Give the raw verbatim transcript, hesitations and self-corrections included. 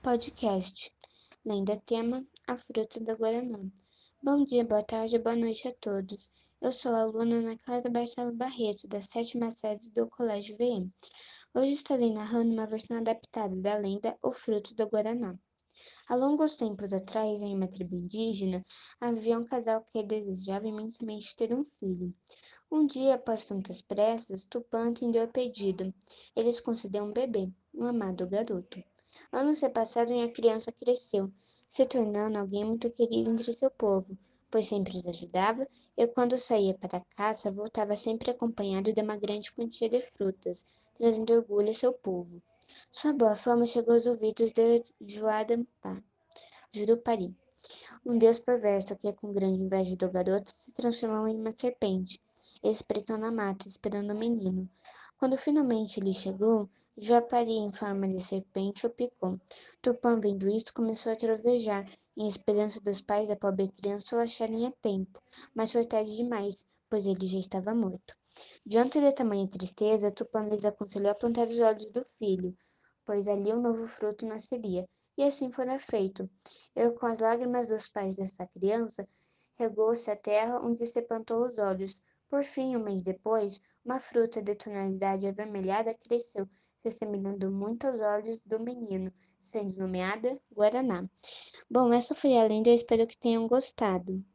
podcast. Lenda tema: a fruta da Guaraná. Bom dia, boa tarde, boa noite a todos. Eu sou a aluna Ana Clara Barcelo Barreto, da sétima série do Colégio V M. Hoje estarei narrando uma versão adaptada da lenda O Fruto do Guaraná. Há longos tempos atrás, em uma tribo indígena, havia um casal que desejava imensamente ter um filho. Um dia, após tantas pressas, Tupã atendeu a pedido. Eles concederam um bebê, um amado garoto. Anos se passaram e a criança cresceu, se tornando alguém muito querido entre seu povo, pois sempre os ajudava e, quando saía para a caça, voltava sempre acompanhado de uma grande quantia de frutas, trazendo orgulho a seu povo. Sua boa fama chegou aos ouvidos de Juarapá, Jurupari, um deus perverso que, com grande inveja do garoto, se transformou em uma serpente e espreitou na mata, esperando o menino. Quando finalmente ele chegou, Japari, em forma de serpente, o picou. Tupã, vendo isso, começou a trovejar, em esperança dos pais da pobre criança o acharem a tempo, mas foi tarde demais, pois ele já estava morto. Diante de tamanha tristeza, Tupã lhes aconselhou a plantar os olhos do filho, pois ali um novo fruto nasceria. E assim fora feito. Eu, com as lágrimas dos pais dessa criança, regou-se a terra onde se plantou os olhos. Por fim, um mês depois, uma fruta de tonalidade avermelhada cresceu, se assemelhando muito aos olhos do menino, sendo nomeada Guaraná. Bom, essa foi a lenda, eu espero que tenham gostado.